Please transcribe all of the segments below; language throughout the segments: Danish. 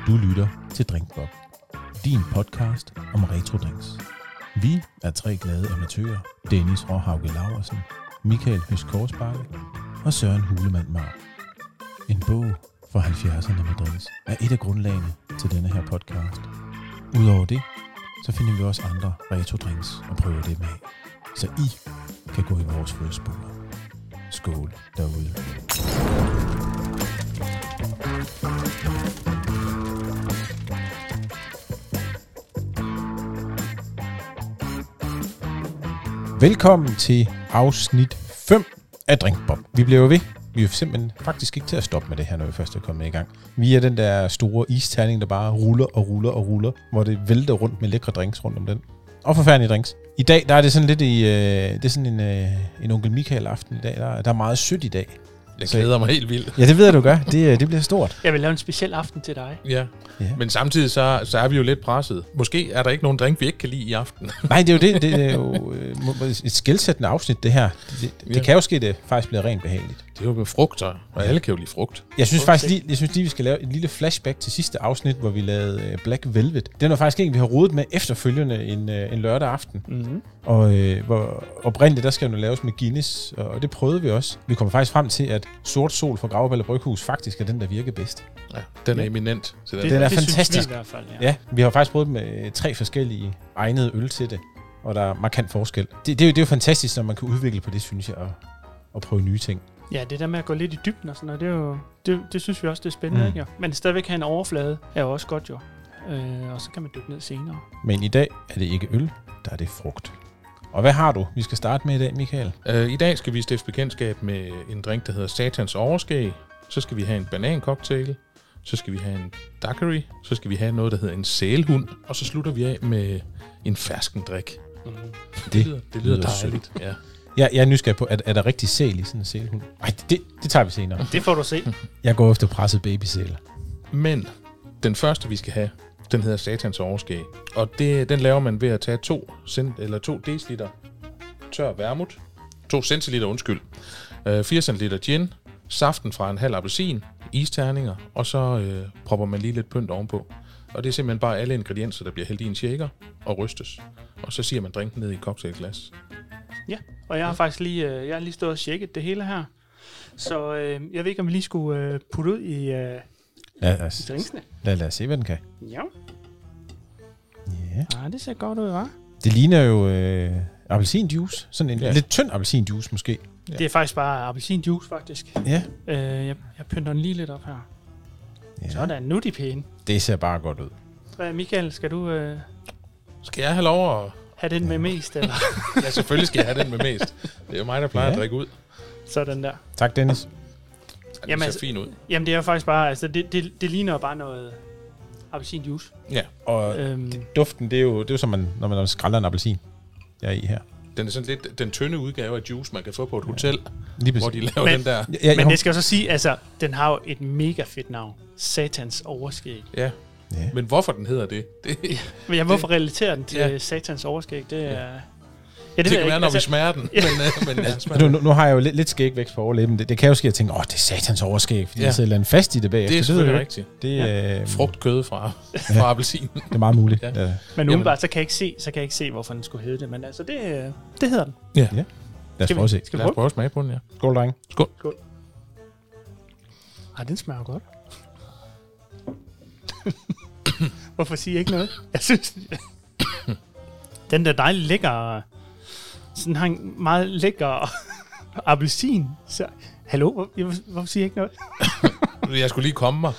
Du lytter til Drinkbob, din podcast om retrodrinks. Vi er 3 glade amatører, Dennis Råhauke Laursen, Michael Høst Korsbakke og Søren Hulemann Mar. En bog fra 70'erne med drinks er et af grundlagene til denne her podcast. Udover det, så finder vi også andre retrodrinks og prøver det med, så I kan gå i vores fodspor. Skål derude. Velkommen til afsnit 5 af Drinkbob. Vi bliver jo ved. Vi er simpelthen faktisk ikke til at stoppe med det her, når vi først er kommet i gang. Vi er den der store isterning, der bare ruller, hvor det vælter rundt med lækre drinks rundt om den. Og forfærdelige drinks. I dag, der er det sådan lidt det er sådan en onkel Michael aften i dag. Der er meget sødt i dag. Jeg glæder mig helt vildt. Ja, det ved jeg, du gør. Det bliver stort. Jeg vil lave en speciel aften til dig. Ja. Men samtidig så er vi jo lidt presset. Måske er der ikke nogen drink, vi ikke kan lide i aften. Nej, det er jo det. Det er jo et skelsættende afsnit, det her. Det kan jo ske, det faktisk bliver rent behageligt. Det er jo med frugter, og alle kan jo lide frugt. Jeg synes faktisk lige, vi skal lave et lille flashback til sidste afsnit, hvor vi lavede Black Velvet. Det var faktisk en, vi har rodet med efterfølgende en lørdag aften. Mm-hmm. Og hvor oprindeligt, der skal jo laves med Guinness, og det prøvede vi også. Vi kom faktisk frem til, at Sort Sol fra Grauballe Bryghus faktisk er den, der virker bedst. Ja, den er eminent. Så den er fantastisk. Synes vi i hvert fald, ja, vi har faktisk prøvet med 3 forskellige egnede øl til det, og der er markant forskel. Det er jo fantastisk, når man kan udvikle på det, synes jeg, og prøve nye ting. Ja, det der med at gå lidt i dybden og sådan noget, det er jo, det synes vi også, det er spændende, ikke? Men stadigvæk have en overflade er jo også godt, jo. Og så kan man dykke ned senere. Men i dag er det ikke øl, der er det frugt. Og hvad har du, vi skal starte med i dag, Michael? I dag skal vi stifte bekendtskab med en drink, der hedder Satans Overskæg. Så skal vi have en banancocktail. Så skal vi have en daiquiri. Så skal vi have noget, der hedder en sælhund. Og så slutter vi af med en ferskendrik. Det lyder dejligt. Ja. Jeg er nysgerrig på, er der rigtig sæl i sådan en sælhund? Nej, det tager vi senere. Det får du se. Jeg går efter presset babysæl. Men den første, vi skal have, den hedder Satans Overskæg. Og den laver man ved at tage 2 deciliter tør vermut. 2 centiliter, 4 centiliter gin. Saften fra en halv appelsin. Isterninger. Og så propper man lige lidt pynt ovenpå. Og det er simpelthen bare alle ingredienser, der bliver hældt i en shaker og rystes. Og så siger man drinken ned i cocktailglas. Ja, og jeg har faktisk lige stået og tjekket det hele her. Så jeg ved ikke, om vi lige skulle putte ud i drinksene. Lad os se, hvad den kan. Ja. Ja. Ah, det ser godt ud, hva'? Det ligner jo appelsinjuice. Sådan en lidt tynd appelsinjuice, måske. Ja. Det er faktisk bare appelsinjuice, faktisk. Ja. Jeg pynter den lige lidt op her. Ja. Så er der nu de pæne. Det ser bare godt ud. Hvad, Michael, skal du... Skal jeg have lov at... have den med mest, eller? Ja, selvfølgelig skal jeg have den med mest. Det er jo mig, der plejer at drikke ud. Sådan der. Tak, Dennis. Ja, det ser fint ud. Jamen, det er jo faktisk bare... Altså, det ligner jo bare noget appelsinjuice. Ja. Og duften, det er jo som når man skræller en appelsin, jeg er i her. Den er sådan lidt den tynde udgave af juice, man kan få på et hotel, hvor de laver den der. Men det skal jo så sige, altså, den har jo et mega fedt navn. Satans Overskæg. Ja. Men hvorfor den hedder det? Men hvorfor relaterer den til Satans Overskæg? Det er... Ja, det kan være, når vi smager den. Men nu har jeg jo lidt skægvækst på overlæben. Det kan jo ske, at jeg tænker, det er Satans Overskæg, fordi jeg sidder fast i det bagefter. Det er selvfølgelig rigtigt. Det er frugtkød fra appelsinen. Det er meget muligt. Ja. Men umiddelbart, så kan jeg ikke se, hvorfor den skulle hedde det. Men altså, det hedder den. Ja. Lad os prøve at se. Lad os prøve at smage på den, ja. Skål, drenge. Skål. Den smager godt. Hvorfor siger jeg ikke noget? Jeg synes, den der dejligt lækker, sådan har en meget lækker appelsin. Så, hallo, hvorfor siger jeg ikke noget? Jeg skulle lige komme mig.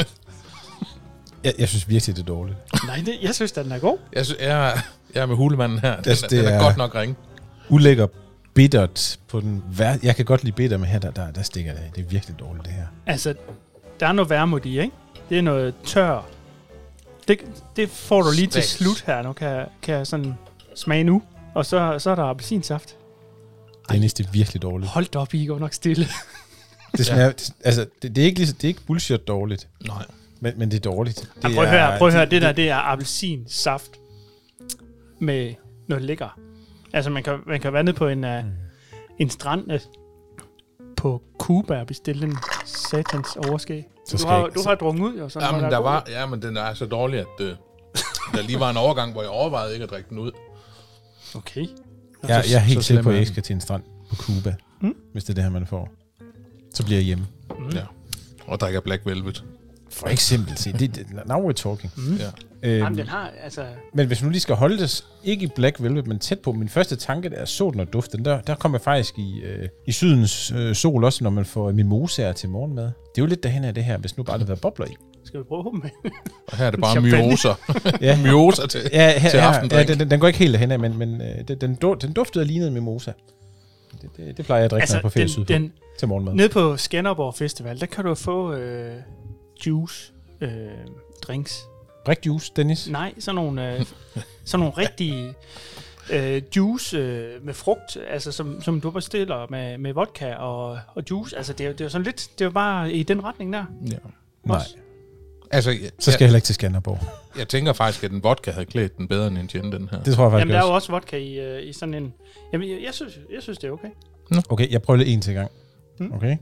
Jeg synes virkelig, det er dårligt. Nej, jeg synes, den er god. Jeg er med hulemanden her. Den er godt nok ringe. Ulækker bittert på den jeg kan godt lide bitter, men her der stikker det af. Det er virkelig dårligt, det her. Altså, der er noget vermut i, ikke? Det er noget tør. Det får du lige til slut her. Nu kan jeg sådan smage nu. Og så er der appelsinsaft. Dennis, det er virkelig dårligt. Hold da op, I går nok stille. Det smager, det er ikke bullshit dårligt. Nej. Men det er dårligt. Prøv at høre, det er appelsinsaft med noget lækker. Altså, man kan være nede på en strand på Cuba og bestille en Satans Overskæg. Du har drukket ud, jo. Ja, men den er så dårlig, at der lige var en overgang, hvor jeg overvejede ikke at drikke den ud. Okay. Jeg er helt sikker på, at jeg ikke ikke skal til en strand på Cuba, hvis det er det her, man får. Så bliver jeg hjemme. Ja. Og drikker Black Velvet. For eksempel, se. Now we're talking. Ja. Jamen, den har, altså... Men hvis nu lige skal holde det, ikke i Black Velvet, men tæt på, min første tanke, der er solen og duften, der kommer jeg faktisk i sydens sol også, når man får mimosaer til morgenmad. Det er jo lidt derhen af det her, hvis nu bare der været bobler i. Skal vi prøve dem med? Og her er det bare myoser. Ja. Myoser til aftendrik. Ja, den går ikke helt derhen af, men den duftede og lignede mimosa. Det plejer jeg at drikke, altså, når jeg er på ferie sydpå til morgenmad. Nede på Skanderborg Festival, der kan du få juice, drinks. Brik-juice, Dennis? Nej, sådan nogle rigtige juice med frugt, altså som du bestiller med vodka og juice. Altså det er sådan lidt, det er jo bare i den retning der. Ja. Nej. Altså, så skal jeg heller ikke til Skanderborg. Jeg tænker faktisk, at den vodka havde klædt den bedre end en gin, den her. Det tror jeg faktisk. Jamen, der er jo også vodka i sådan en... Jamen, jeg synes det er okay. Okay, jeg prøver lidt en til gang. Okay?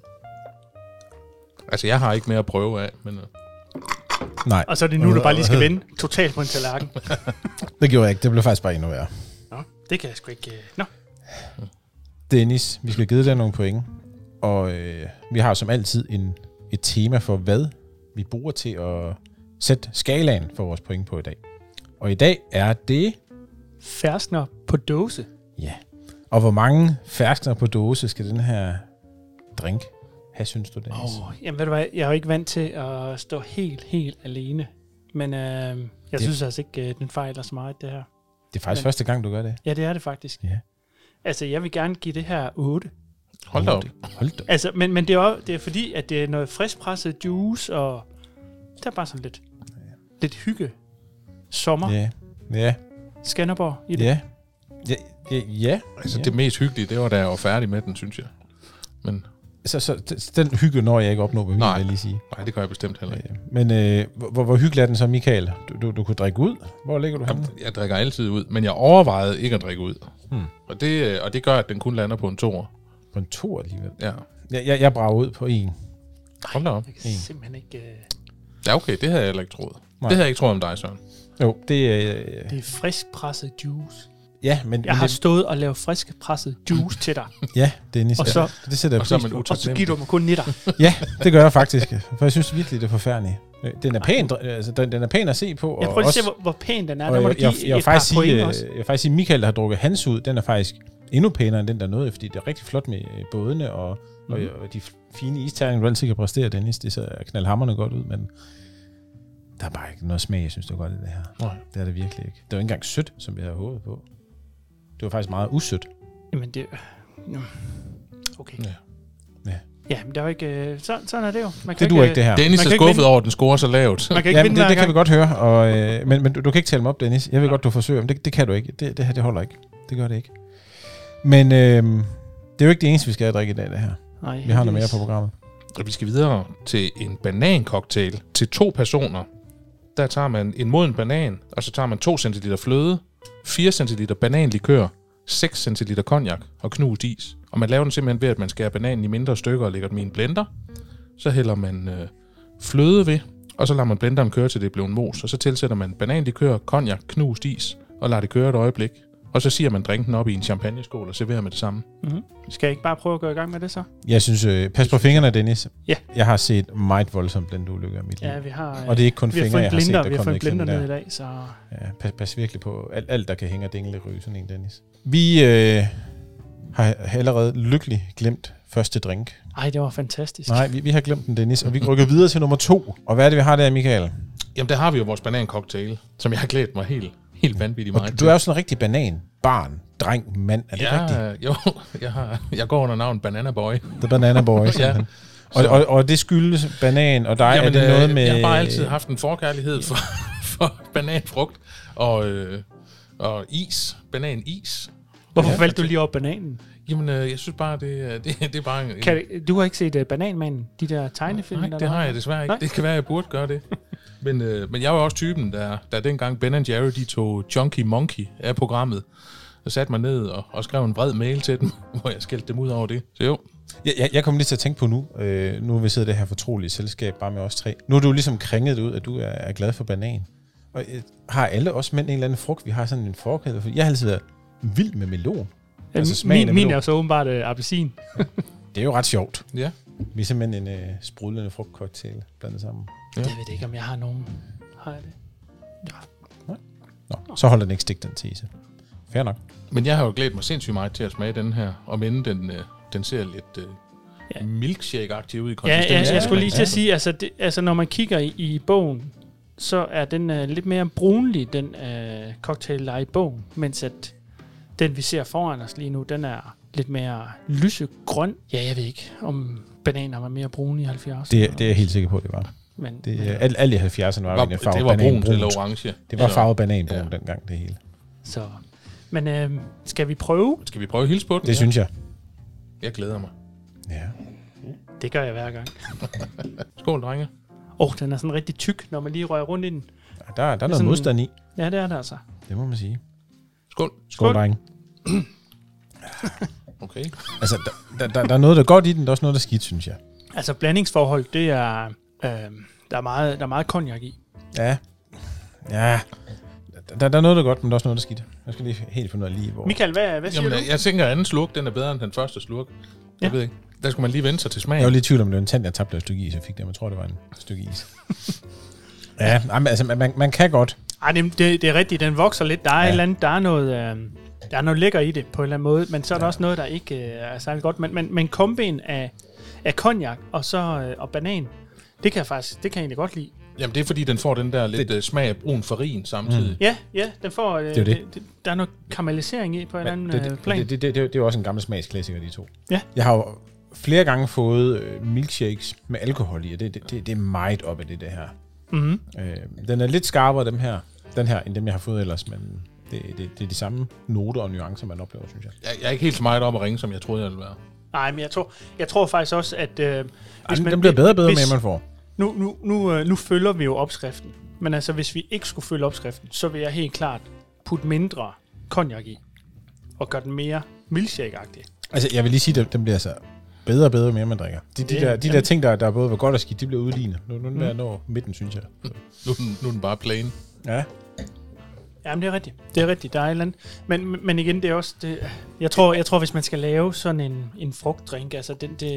Altså, jeg har ikke mere at prøve af, men... Nej. Og så er det nu, du bare lige skal vende totalt på en tallerken. Det gjorde jeg ikke. Det blev faktisk bare endnu værre. Nå, det kan jeg sgu ikke... Nå. Dennis, vi skal give dig nogle point. Og vi har som altid et tema for, hvad vi bruger til at sætte skalaen for vores point på i dag. Og i dag er det... Ferskner på dåse. Ja. Og hvor mange ferskner på dåse skal den her drink have, synes du, Dennis? Jamen ved du hvad, jeg er jo ikke vant til at stå helt alene. Men jeg synes altså ikke, den fejler så meget, det her. Det er faktisk første gang, du gør det. Ja, det er det faktisk. Ja. Altså, jeg vil gerne give det her 8. Hold da op. Altså, men det er fordi, at det er noget friskpresset juice, og det er bare sådan lidt hygge. Sommer. Ja. Skanderborg i det. Ja. Altså, det mest hyggelige, det var, da jeg var færdig med den, synes jeg. Men... Så den hygge når jeg ikke opnå med min, vil jeg lige sige. Nej, det gør jeg bestemt heller ikke. Men hvor hyggelig er den så, Michael? Du kunne drikke ud? Hvor ligger du henne? Jeg drikker altid ud, men jeg overvejede ikke at drikke ud. Og det gør, at den kun lander på en 2'er. På en 2'er alligevel? Ja. Jeg brager ud på 1. Hold da op. Jeg kan simpelthen ikke... Ja, okay, det havde jeg heller ikke troet. Nej. Det havde jeg ikke troet om dig, Søren. Jo, det er friskpresset juice. Ja, men... Jeg har stået og lavet friskpresset juice til dig. Ja, Dennis. Og så, det sætter jeg pris på. Og så giver du mig kun 9'er. Ja, det gør jeg faktisk. For jeg synes virkelig, det er forfærdeligt. Den er pæn, altså, den er pæn at se på. Jeg prøver at se, hvor pæn den er. Der må du give et par point også. Jeg vil faktisk sige, Michael, der har drukket hans ud, den er faktisk endnu pænere end den der nåede, fordi det er rigtig flot med bådene og de fine isterninger, du altid kan præstere, Dennis. Det ser knaldhamrende godt ud, men der er bare ikke noget smag, jeg synes, det er godt i det her. Nej. Det er det virkelig ikke. Det var ikke engang sødt, som vi havde håbet på. Det var faktisk meget usødt. Jamen det... Okay. Ja. Ja, men der var ikke... Sådan er det jo. Man kan det duer ikke det her. Dennis er skuffet over, at den scorer så lavt. Man kan ikke vinde det kan vi godt høre. Og, men du kan ikke tælle mig op, Dennis. Jeg ved godt, du forsøger, men det kan du ikke. Det her, det holder ikke. Det gør det ikke. Men det er jo ikke det eneste, vi skal have drikke i dag, det her. Nej, vi har noget mere på programmet. Og vi skal videre til en banancocktail til 2 personer. Der tager man en moden banan, og så tager man 2 centiliter fløde, 4 centiliter bananlikør, 6 centiliter cognac og knust is. Og man laver den simpelthen ved, at man skærer bananen i mindre stykker og lægger dem i en blender. Så hælder man fløde ved, og så lader man blenderen køre til det bliver en mos. Og så tilsætter man bananlikør, cognac, knust is og lader det køre et øjeblik. Og så siger man drinken op i en champagneskål og serverer med det samme. Mm-hmm. Skal jeg ikke bare prøve at gå i gang med det så? Jeg synes, pas på fingrene, Dennis. Ja. Jeg har set meget voldsomt blendulykker i mit liv. Ja, vi har... Og det er ikke kun fingre, jeg har set, der vi har fået en blender ned i dag, så... Ja, pas virkelig på alt, der kan hænge og dingle ryge, sådan en, Dennis. Vi har allerede lykkeligt glemt første drink. Ej, det var fantastisk. Nej, vi har glemt den, Dennis, og vi rykker videre til nummer 2. Og hvad er det, vi har der, Michael? Jamen, der har vi jo vores banancocktail, som jeg har glædet mig helt vanvittigt meget. Du er jo sådan en rigtig banan, barn, dreng, mand. Er det rigtigt? Jo, jeg går under navn Banana Boy. The Banana Boy, simpelthen. Og det skyldes banan og dig. Jamen, er det noget med... Jeg har bare altid haft en forkærlighed for bananfrugt og is. Bananis. Hvorfor valgte du lige op bananen? Jamen, jeg synes bare, det er bare... Du har ikke set Bananmanden, de der tegnefilm? Nej, det har jeg desværre ikke. Nej. Det kan være, jeg burde gøre det. Men jeg var også typen, der dengang Ben & Jerry, de tog Chunky Monkey af programmet, og satte mig ned og skrev en vred mail til dem, hvor jeg skældte dem ud over det. Så jo, Jeg kommer lige til at tænke på nu, nu vi sidder i det her fortrolige selskab, bare med os tre. Nu er du ligesom kringet ud, at du er glad for banan. Og har alle også mænd en eller anden frugt? Vi har sådan en forkæde, for jeg har altid været vild med melon. Altså smagen af melon. Min er så åbenbart appelsin. Det er jo ret sjovt. Ja. Vi er simpelthen en sprudlende frugtcocktail blandet sammen. Ja. Jeg ved ikke, om jeg har nogen. Har jeg det? Ja. Nå, så holder den ikke stik, den tese. Fair nok. Men jeg har jo glædet mig sindssygt meget til at smage den her, om inden den ser lidt milkshake-agtig ud i konsistensen. Ja, jeg skulle lige til at sige, altså når man kigger i bogen, så er den lidt mere brunlig, den cocktail, der er i bogen, mens at den, vi ser foran os lige nu, den er lidt mere lysegrøn. Ja, jeg ved ikke, om bananer var mere brune i 70'erne. Det er jeg helt sikker på, det var. Men Alle i 70'erne var en farve det var brunt eller orange. Det var farve bananbrun dengang, det hele. Så, men skal vi prøve? Skal vi prøve at hilse på den? Det synes jeg. Jeg glæder mig. Ja. Det gør jeg hver gang. Skål, drenge. Den er sådan rigtig tyk, når man lige rører rundt i den. Der er noget modstand i. Ja, det er der altså. Det må man sige. Skål. Skål, drenge. Okay. Altså, der er noget, der er godt i den, der er også noget, der er skidt, synes jeg. Altså, blandingsforhold, det er... der er meget cognac i. Ja. Der er noget, der er godt, men der er også noget, der er skidt. Jeg skal lige helt finde noget lige, hvor... Michael, hvad siger du? Jeg tænker, at anden slurk, den er bedre end den første slurk. Ja. Jeg ved ikke. Der skulle man lige vente sig til smagen. Jeg var lige i tvivl om, det var en tand, jeg tabte et stykke is, jeg fik det. Jeg tror, det var en stykke is. Ja, altså, man kan godt. Ej, det er rigtigt, den vokser lidt. Der er et eller andet, der er noget lækker i det på en eller anden måde, men så er der også noget, der ikke er særlig godt. Men kombin af cognac og banan, det kan jeg egentlig godt lide. Jamen, det er fordi, den får den der lidt smag af brun farin samtidig. Ja, den får... der er noget karamellisering i på en anden plan. Det er jo også en gammel smagsklassiker, de to. Ja. Jeg har jo flere gange fået milkshakes med alkohol i, og det er meget op af det her. Mm-hmm. Den er lidt skarpere, den her, end dem, jeg har fået ellers, men det er de samme noter og nuancer, man oplever, synes jeg. Jeg er ikke helt så meget op at ringe, som jeg troede, jeg ville være. Nej, men jeg tror faktisk også, at... den bliver bedre med, man får. Nu følger vi jo opskriften. Men altså, hvis vi ikke skulle følge opskriften, så vil jeg helt klart putte mindre cognac i. Og gøre den mere milkshake-agtig. Altså, jeg vil lige sige, at den bliver altså bedre og bedre, mere man drikker. De der ting, der både var godt og skidt, de bliver udlignet. Nu er den nå midten, synes jeg. Nu er den bare plain. Ja. Jamen, det er rigtigt. Der er et eller andet. Men igen, det er også... Jeg tror, hvis man skal lave sådan en frugtdrink, altså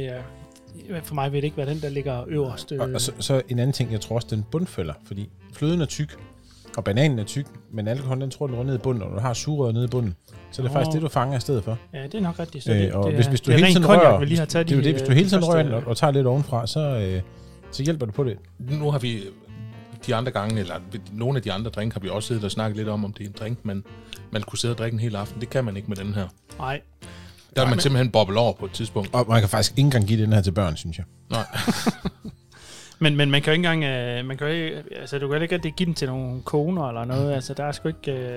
for mig vil det ikke være den, der ligger øverst. Og så en anden ting, jeg tror også, den bundfælder, fordi fløden er tyk, og bananen er tyk, men alkoholen, den tror, den runder ned i bunden, og du har sugerøret nede i bunden. Så det er faktisk det, du fanger i stedet for. Ja, det er nok rigtigt. Hvis du hele tiden rører, hvis du hele tiden rører den og tager lidt ovenfra, så hjælper det på det. Nu har vi de andre gange, eller nogle af de andre drink, har vi også siddet og snakket lidt om det er en drink, men man kunne sidde og drikke en hel aften. Det kan man ikke med den her. Nej. Der er man simpelthen boble over på et tidspunkt. Og man kan faktisk ikke engang give den her til børn, synes jeg. Nej. men man kan jo ikke engang... altså, du kan ikke rigtig give den til nogle koner eller noget. Altså, der er sgu ikke...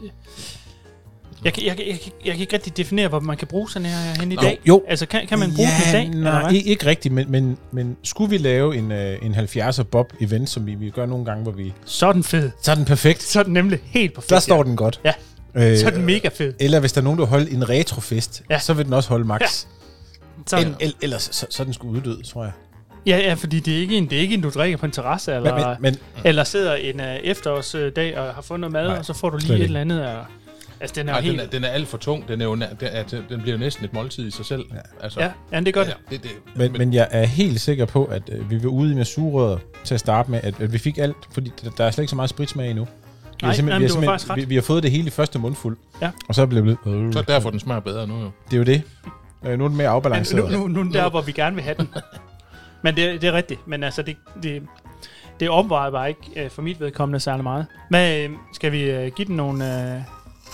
Jeg kan ikke rigtig definere, hvor man kan bruge sådan her hen i dag. Jo. Altså, kan man bruge den i dag? Nej, ikke rigtigt, men skulle vi lave en 70'er Bob-event, som vi gør nogle gange, hvor vi... Så er den fed. Så er den perfekt. Så er den nemlig helt perfekt. Der står den godt. Ja. Så er den mega fed. Eller hvis der er nogen, der holder en retrofest, så vil den også holde max. Ja. Ellers så er den sgu uddød, tror jeg. Ja, fordi det er ikke en, du drikker på en terrasse, eller sidder en efterårsdag og har fundet mad, og så får du lige et eller andet. Altså, den er den er alt for tung. Den bliver jo næsten et måltid i sig selv. Ja, altså, ja det gør det. Men jeg er helt sikker på, at vi var ude med sugerøret til at starte med, at vi fik alt, fordi der er slet ikke så meget spritsmag endnu. Vi har fået det hele i første mundfuld, og så er det blevet... Så derfor den smager bedre nu jo. Det er jo det. Nu er den mere afbalanceret. Nu er den der, hvor vi gerne vil have den. Men det er rigtigt. Men altså, det opvejer bare ikke for mit vedkommende særlig meget. Hvad skal vi give den nogle...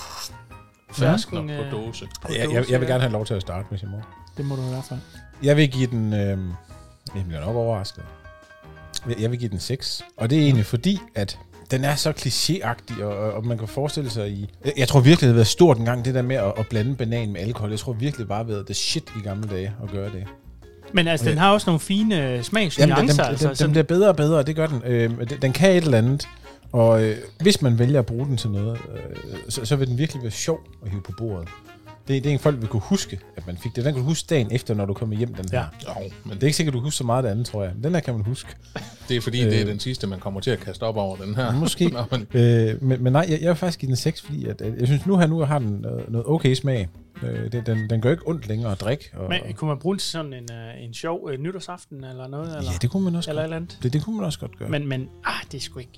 Fersken på dåse. Jeg vil gerne have lov til at starte, hvis jeg må. Det må du i hvert fald. Jeg vil give den... jeg bliver nok overrasket. Jeg vil give den 6. Og det er egentlig fordi, at den er så klichéagtig, og man kan forestille sig i... Jeg tror virkelig, det har været stort en gang, det der med at blande banan med alkohol. Jeg tror virkelig, det bare har været the shit i gamle dage at gøre det. Men altså, den har også nogle fine smagsnuancer. Den bliver bedre og bedre, det gør den. Den kan et eller andet. Og hvis man vælger at bruge den til noget, så vil den virkelig være sjov at hive på bordet. Det er en folk, vil kunne huske, at man fik det. Den kan du huske dagen efter, når du kommer hjem, den her. Jo, men Det er ikke sikkert, du husker så meget af det andet, tror jeg. Den her kan man huske. det er fordi, det er den sidste, man kommer til at kaste op over den her. Måske. Nå, men, Men nej, jeg vil faktisk give den 6, fordi at jeg synes, nu har den noget okay smag. Den gør ikke ondt længere at drikke. Men kunne man bruge den til sådan en sjov nytårsaften eller noget? Eller? Ja, det kunne man også eller godt. et eller andet. Det kunne man også godt gøre. Men det er sgu ikke...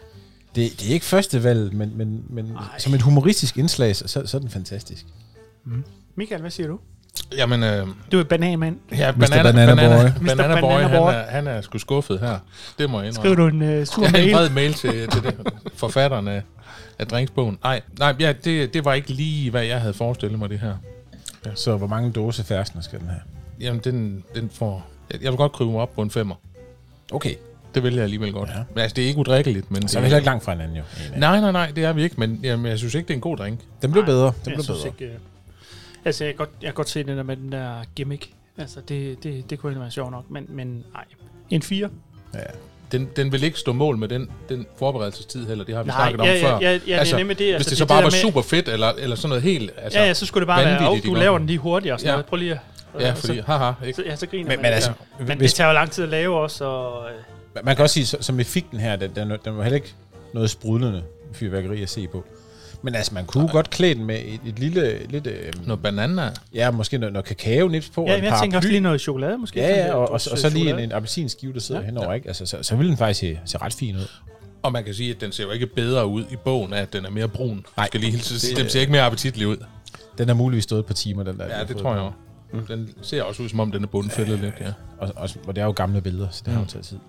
Det er ikke førstevalget, men som et humoristisk indslag, så er den fantastisk. Michael, hvad siger du? jamen, Du er bananmand. ja, Mr. Banana Boy. Banana Boy, Banana Boy. han er sgu skuffet her. Det må jeg indrømme. Skriver du en sur Jeg har en mail? bred mail til det, forfatteren af drinksbogen. Nej, ja, det var ikke lige, hvad jeg havde forestillet mig, det her. Så hvor mange dåse fersken skal den have? Jamen, den får... Jeg vil godt krybe mig op på en 5'er. Okay. Det vil jeg alligevel godt. Ja. Men altså, det er ikke udrikkeligt, men... Så er vi heller ikke langt fra hinanden, jo. Nej, det er vi ikke, men jamen, jeg synes ikke, det er en god drink. Den blev bedre. Den Jeg blev synes bedre. ikke... Altså, jeg kan godt se det der med den der gimmick. Altså, det kunne ikke være sjovt nok, men nej. En 4? Ja. Den vil ikke stå mål med den forberedelsestid heller, det har vi Nej, snakket om før. Ja, det er nemlig det. Hvis Altså, det så bare var der med- super fedt, eller sådan noget helt... Altså, Ja, så skulle det bare være, vanvittigt, du ikke? laver den lige hurtigt og sådan Ja. noget. Prøv lige at... Ja, fordi, haha, ikke? Så griner Men man. altså, Men det hvis, tager jo lang tid at lave også, og... man kan også sige, som effekten her, den var heller ikke noget sprudlende fyrværkeri at se på. Men altså, man kunne godt klæde den med et lille... Noget banana. Ja, måske noget kakao-nips på. Ja, og en jeg tænker også paraply. lige noget chokolade, måske. sådan Ja, der, og så lige chokolade. en appelsinskive, der sidder Ja. henover, ikke? Altså, så vil den faktisk se ret fin ud. Og man kan sige, at den ser jo ikke bedre ud i bogen, at den er mere brun. Nej. Skal lige hilse at sige. Den ser ikke mere appetitlig ud. Den har muligvis stået et par timer, den der. Ja, det tror jeg jo. Den ser også ud, som om den er bundfældet lidt, ja. Og det er jo gamle billeder, så det har jo taget tid.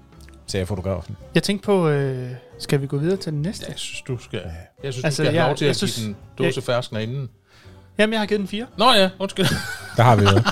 Så jeg fotografen. Jeg tænkte på, skal vi gå videre til den næste? Jeg synes, du skal, Altså, du skal have lov til jeg at synes- give den dåse fersken inden. Jamen, jeg har givet den 4. Nå ja, undskyld. Der har vi jo.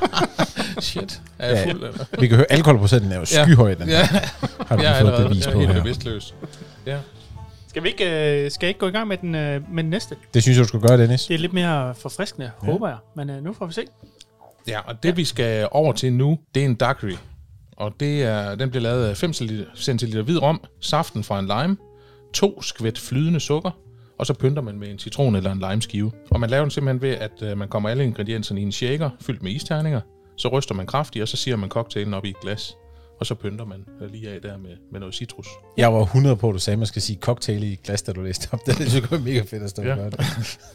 Shit. Er jeg Ja. fuld? Eller? Vi kan høre, alkoholprocenten er jo skyhøj, den Ja, har du jeg er fået allerede bevis jeg på er helt her. bevidstløs. Ja. Skal jeg ikke gå i gang med den næste? Det synes jeg, du skulle gøre, Dennis. Det er lidt mere forfriskende, håber jeg. Men nu får vi se. Ja, og det vi skal over til nu, det er en daiquiri. Og den bliver lavet af 5 centiliter hvid rom, saften fra en lime, 2 skvæt flydende sukker, og så pynter man med en citron eller en limeskive. Og man laver den simpelthen ved, at man kommer alle ingredienserne i en shaker, fyldt med isterninger, så ryster man kraftigt, og så siger man cocktailen op i et glas. Og så pynter man lige af der med noget citrus. Jeg var 100 på, at du sagde, at man skal sige cocktail i et glas, da du læste op. Det synes jeg var mega fedt at stå og gøre det.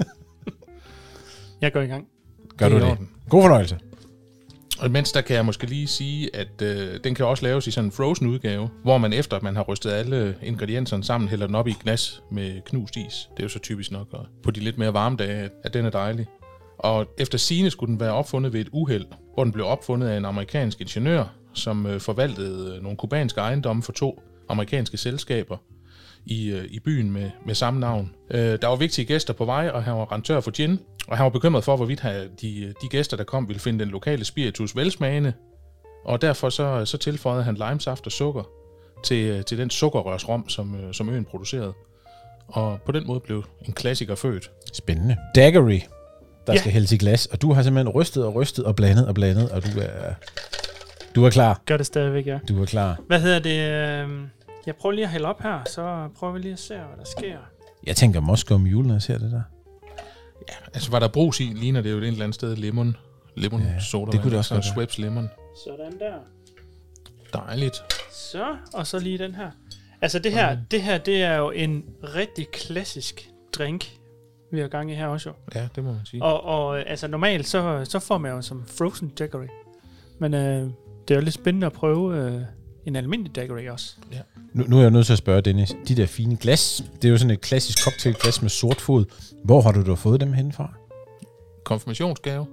Jeg går i gang. Gør du Det er i det? orden. God fornøjelse. Og imens der kan jeg måske lige sige, at den kan også laves i sådan en frozen udgave, hvor man efter, at man har rystet alle ingredienserne sammen, hælder den op i et glas med knust is. Det er jo så typisk nok og på de lidt mere varme dage, at den er dejlig. Og efter sigende skulle den være opfundet ved et uheld, hvor den blev opfundet af en amerikansk ingeniør, som forvaltede nogle kubanske ejendomme for 2 amerikanske selskaber i byen med samme navn. Der var vigtige gæster på vej, og han var rentør for gin, og han var bekymret for, hvorvidt de gæster, der kom, ville finde den lokale spiritus velsmagende, og derfor så tilføjede han limesaft og sukker til den sukkerrørsrom, som øen producerede. Og på den måde blev en klassiker født. Spændende. Daiquiri, der Ja. skal hældes i glas, og du har simpelthen rystet og blandet, og du er klar. Gør det stadigvæk, ja. Du er klar. Hvad hedder det? Jeg prøver lige at hælde op her, så prøver vi lige at se, hvad der sker. Jeg tænker Moskva om julen, når jeg ser det der. Altså, var der brus i, ligner det jo et eller andet sted lemon soda. det kunne det også være. godt være. Schweppes lemon. Sådan der. Dejligt. Så, og så lige den her. Altså det her, det er jo en rigtig klassisk drink, vi har gang i her også jo. Ja, det må man sige. Og altså normalt, så får man jo som frozen daiquiri. Men det er jo lidt spændende at prøve en almindelig daiquiri også. Ja. Nu er jeg nødt til at spørge, Dennis. De der fine glas, det er jo sådan et klassisk cocktailglas med sort fod. Hvor har du fået dem hen fra? Konfirmationsgave.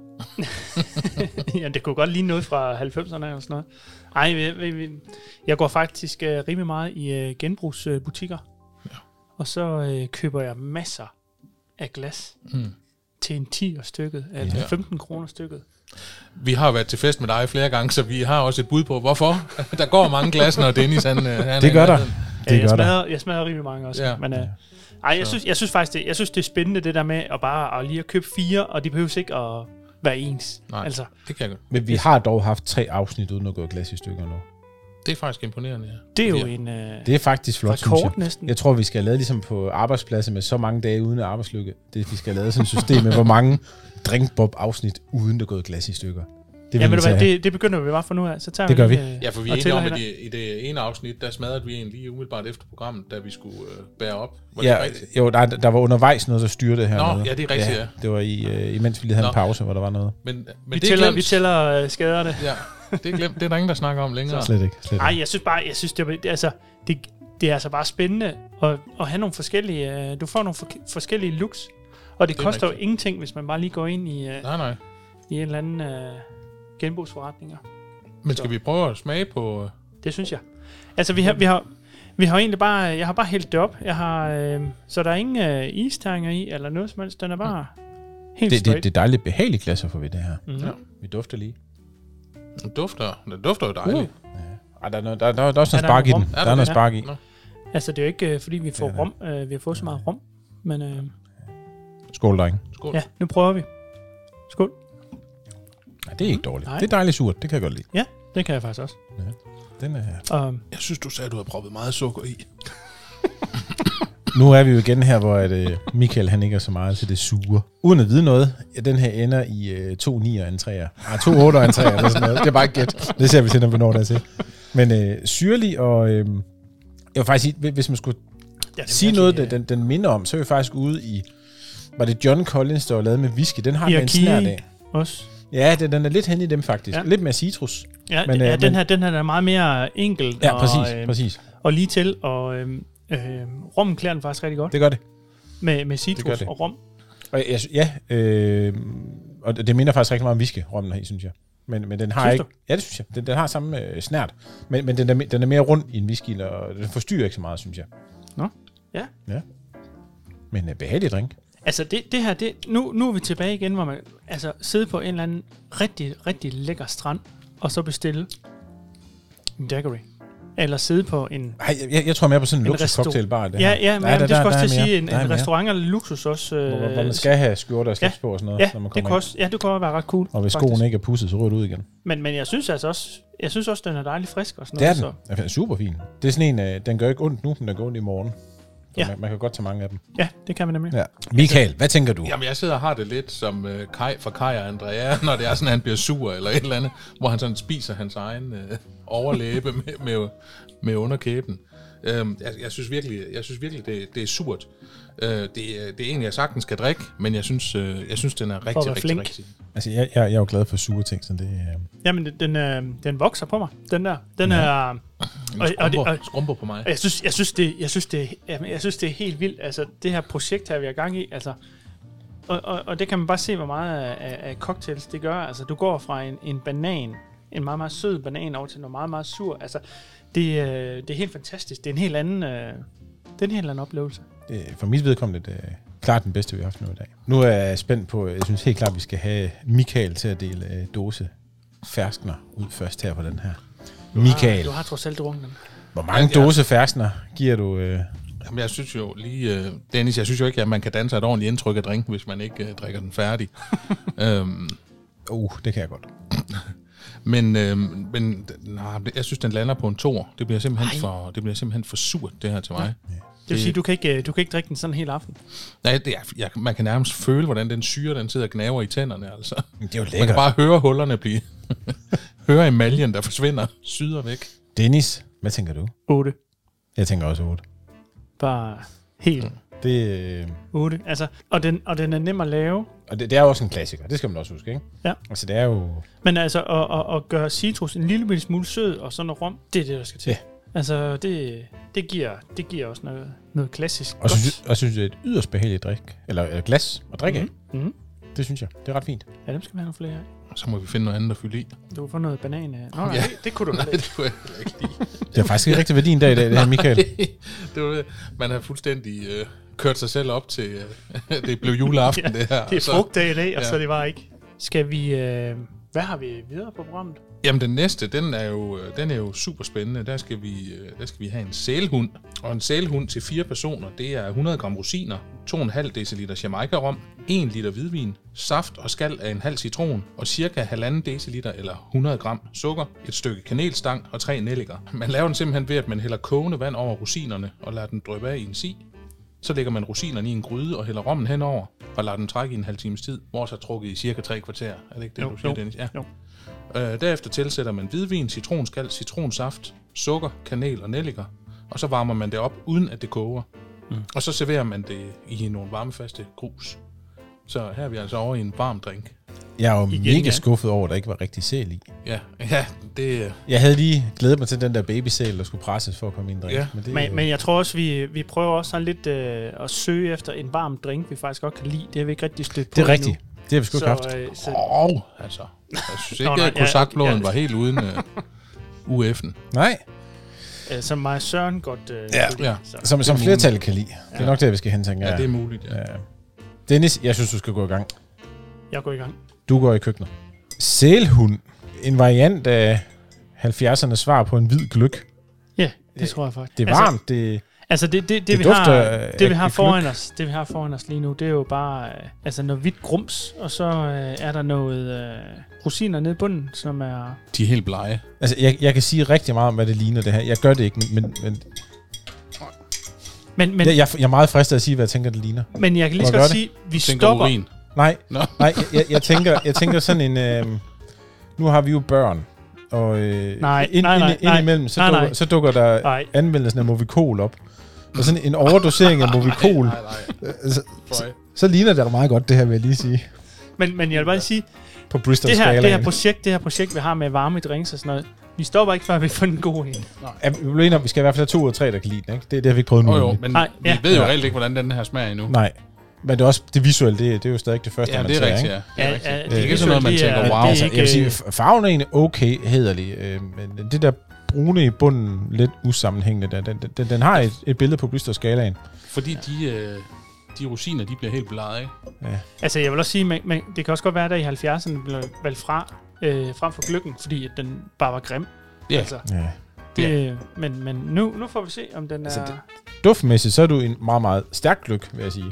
Ja, det kunne godt ligne noget fra 90'erne eller sådan noget. Ej, jeg går faktisk rimelig meget i genbrugsbutikker. Ja. Og så køber jeg masser af glas til en 10'er stykket, eller Ja. 15 kroner stykket. Vi har været til fest med dig flere gange, så vi har også et bud på, hvorfor. Der går mange glas, når Dennis han Det gør der. Jeg smager rimelig mange også. Ja. Men, jeg synes faktisk, det er spændende det der med at lige at købe 4, og de behøver ikke at være ens. Nej, Altså, det kan jeg godt. Men vi har dog haft 3 afsnit uden at gå glas i stykker nu. Det er faktisk imponerende, ja. Det er jo en Det er faktisk flot, synes rekord jeg. næsten. Jeg tror, vi skal have lavet ligesom på arbejdspladser med så mange dage uden arbejdslykke. Vi skal have lavet sådan et system med, hvor mange drinkbob-afsnit uden der er gået glas i stykker. Ja, men det begynder vi bare for nu af. Så tager det gør vi. Ja, for vi er enige om, at i det ene afsnit, der smadrede vi en lige umiddelbart efter programmet, da vi skulle bære op. Var det rigtigt? Jo, der var undervejs noget, der styrte hernede. Nå, ja, det er rigtigt, ja. Det var imens vi lige havde en pause, hvor der var noget. Men vi tæller skaderne. Ja, det er glemt. Det er der ingen, der snakker om længere. Slet ikke. Nej, jeg synes det er altså bare spændende at have nogle forskellige... Du får nogle forskellige looks, og det koster jo ingenting, hvis man bare lige går ind i, Nej. i en eller anden genbrugsforretninger. Men skal vi prøve at smage på... Det synes jeg. Altså, vi har egentlig bare... Jeg har bare hældt det op. Så der er ingen isterninger i, eller noget som helst. Den er bare helt straight. Det er dejligt behageligt glas at få ved det her. Mm-hmm. Ja. Vi dufter lige. Den dufter jo dejligt. Ja. Der er også noget spark i den. Der er noget spark i. Altså, det er jo ikke, fordi vi får rom. Vi har fået så meget rom. Men, Skål, drenge. Skål. Ja, nu prøver vi. Skål. Ja, det er ikke dårligt. Nej. Det er dejligt surt. Det kan jeg godt lide. Ja, det kan jeg faktisk også. Ja. Den er... Jeg synes, du sagde, at du har proppet meget sukker i. Nu er vi jo igen her, hvor Michael han ikke er så meget til det sure. Uden at vide noget, den her ender i 2 9'er og en 3'er. 2 8'er og en 3'er eller sådan noget. Det er bare ikke gæt. Det ser vi til, når vi når der til. Men syrlig og... jeg vil faktisk sige, hvis man skulle sige noget, den minder om, så er vi faktisk ude i... Var det John Collins, der var lavet med whisky? Den har en snært af. Også. Ja, den er lidt hen i dem faktisk. Ja. Lidt mere citrus. Ja, men, den her er meget mere enkelt. Ja, præcis. Og lige til, og rommen klæder den faktisk rigtig godt. Det gør det. Med citrus og rom. Og og det minder faktisk rigtig meget om whisky, rommen her, synes jeg. Men den har ikke... Ja, det synes jeg. Den har samme snært. Men den er mere rund i en whisky, og den forstyrrer ikke så meget, synes jeg. Nå, ja. Men behagelig drink. Altså det her, nu er vi tilbage igen, hvor man sidde på en eller anden rigtig, rigtig lækker strand, og så bestille en daiquiri. Eller sidde på en... Jeg tror mere på sådan en luksuscocktailbar. Ja, men det skal også til at sige, en restaurant eller luksus også... Hvor man skal have skjorter og slips på og sådan noget, når man kommer det kunne også være ret cool. Og hvis skoen ikke er pudset, så ryger det ud igen. Men jeg synes også, den er dejligt frisk og sådan noget. Det er den. Den er super fin. Det er sådan en, den gør ikke ondt nu, men den gør ondt i morgen. Ja. Man kan godt tage mange af dem. Ja, det kan man nemlig. Ja. Michael, hvad tænker du? Jamen, jeg sidder og har det lidt som Kai fra Kai og Andrea, når det er sådan, at han bliver sur eller et eller andet, hvor han sådan spiser hans egen overlæbe med underkæben. Jeg synes virkelig, det er surt. Det er egentlig, jeg sagtens skal drikke, men jeg synes, den er rigtig. Altså, jeg er jo glad for sure ting, så det... Jamen, den vokser på mig, den der. Den er... Skrumper på mig. Jeg synes, det er helt vildt. Altså, det her projekt her, vi har gang i, altså... Og det kan man bare se, hvor meget af cocktails det gør. Altså, du går fra en banan, en meget, meget sød banan, over til noget meget, meget sur. Altså, det er helt fantastisk. Det er en helt anden oplevelse. For mit vedkommende det er klart den bedste, vi har haft nu i dag. Nu er jeg spændt på, jeg synes helt klart, at vi skal have Michael til at dele dåse ferskner ud først her på den her. Michael. Du har trods alt drukket den. Hvor mange dåse ferskner giver du? Jamen, jeg synes jo lige, Dennis, jeg synes jo ikke, at man kan danse et ordentligt indtryk af drinken, hvis man ikke drikker den færdig. Det kan jeg godt. Men jeg synes, den lander på en 2'er. Det bliver simpelthen for surt, det her til mig. Ja. Det vil sige, du kan ikke drikke den sådan en hel aften? Nej, man kan nærmest føle, hvordan den syre, den sidder og gnaver i tænderne. Altså. Det er jo lækkert. Man kan bare høre hullerne blive... høre emaljen, der forsvinder syder væk. Dennis, hvad tænker du? 8. Jeg tænker også 8. Bare helt... Det 8. Altså, og den er nem at lave. Og det er jo også en klassiker. Det skal man også huske, ikke? Ja. Altså, det er jo... Men altså, at gøre citrus en lille smule sød og sådan noget rom, det er det, der skal til. Ja. Altså, det giver også noget klassisk og godt. Og synes, det er et yderst behageligt drik. Eller glas at drikke af. Mm-hmm. Det synes jeg. Det er ret fint. Ja, dem skal vi have nogle flere af. Så må vi finde noget andet at fylde i. Du kan få noget banan af. Nå, ja. Det kunne du nej, det kunne jeg ikke lide. Det er faktisk ikke rigtig værdi en dag i dag, det her, Michael. Man har fuldstændig kørt sig selv op til, det blev juleaften, det her. Det er frugtdag i dag, og så er det bare ikke. Skal vi... hvad har vi videre på programmet? Jamen, den næste, den er jo super spændende. Der skal vi have en sælhund. Og en sælhund til 4 personer, det er 100 gram rosiner, 2,5 dl Jamaica-rom, 1 liter hvidvin, saft og skal af en halv citron, og cirka 1,5 dl eller 100 gram sukker, et stykke kanelstang og 3 nelliker. Man laver den simpelthen ved, at man hælder kogende vand over rosinerne og lader den dryppe af i en si. Så lægger man rosinerne i en gryde og hælder rommen henover og lader den trække i en halv times tid. Vores har trukket i cirka 3 kvarter. Er det ikke det, du siger, Dennis? Ja. Jo. Derefter tilsætter man hvidvin, citronskal, citronsaft, sukker, kanel og nelliker, og så varmer man det op, uden at det koger. Og så serverer man det i nogle varmefaste krus. Så her er vi altså over i en varm drink. Jeg er jo mega skuffet over, at der ikke var rigtig sæl i. Ja, det... Jeg havde lige glædet mig til den der babysæl, der skulle presses for at komme i en drink. Ja. Men jeg tror også, vi prøver også sådan lidt at søge efter en varm drink, vi faktisk godt kan lide. Det har vi ikke rigtig stødt på. Det er rigtigt. Det har vi sgu ikke haft. Altså, jeg synes ikke, at kosaklåden var helt uden UF'en. Nej. Som mig og Søren godt ja. Som flertallet kan lide. Det er nok det, vi skal hen, tænker jeg. Ja, det er muligt, ja. Dennis, jeg synes, du skal gå i gang. Jeg går i gang. Du går i køkkenet. Sælhund. En variant af 70'ernes svar på en hvid gløgg. Ja, det tror jeg faktisk. Det er varmt, det vi har foran os lige nu, det er jo bare noget hvidt grums, og så er der noget rosiner nede i bunden, som er... De er helt blege. Altså, jeg kan sige rigtig meget om, hvad det ligner det her. Jeg gør det ikke, men jeg er meget fristet at sige, hvad jeg tænker, det ligner. Men jeg kan lige så godt sige, vi stopper... Urin. Nej, jeg tænker sådan en... nu har vi jo børn. Og indimellem, så dukker der anvendelsen af Movicol op. Og sådan en overdosering af Movicol. Så ligner det meget godt, det her, vil jeg lige sige. Men jeg vil bare sige, på Bristol det her projekt, vi har med varme drinks og sådan noget, vi stopper ikke, før vi får den gode en. Vi skal i hvert fald have 2 ud af 3, der kan lide den, ikke? Det har vi ikke prøvet nu. Jo, men vi ved jo reelt ikke, hvordan den her smager endnu. Nej. Men det er også det visuelle, det er jo stadig det første, man tager, rigtigt, ikke? Ja, det er ikke sådan noget, man tænker, wow. Altså, jeg vil sige, farven er egentlig okay hæderlig, men det der brune i bunden, lidt usammenhængende, den har et billede på Bristol-skalaen. Fordi de rosiner, de bliver helt blege, ikke? Ja. Altså, jeg vil også sige, men det kan også godt være, at der i 70'erne blev valgt frem for gløggen, fordi den bare var grim. Ja. Altså, men nu får vi se, om den er... Duftmæssigt, så er du en meget, meget stærk gløgg, vil jeg sige.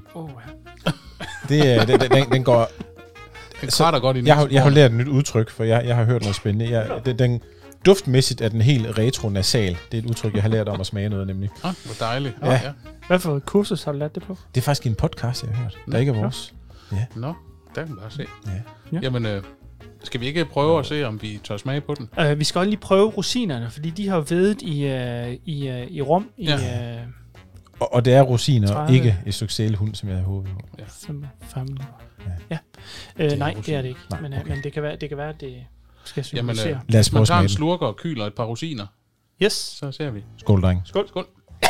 Den går... Den kratter godt i jeg har lært et nyt udtryk, for jeg har hørt noget spændende. Duftmæssigt er den helt retronasal. Det er et udtryk, jeg har lært om at smage noget, nemlig. Hvor dejligt. Ja. Hvad for et kursus har du lært det på? Det er faktisk en podcast, jeg har hørt. Der ikke er vores. Ja. Nå, der kan man bare se. Ja. Jamen, skal vi ikke prøve at se, om vi tør smage på den? Vi skal også lige prøve rosinerne, fordi de har vedet i rom. Og det er rosiner, 30, ikke et stykke sælhund, som jeg havde håbet på. Ja. 5 minutter. Nej, det er det ikke. Nej, men det kan være, at det skal symbolisere. Lad os prøve man tager en slurker og kyler et par rosiner. Yes. Så ser vi. Skål, dreng. Skål.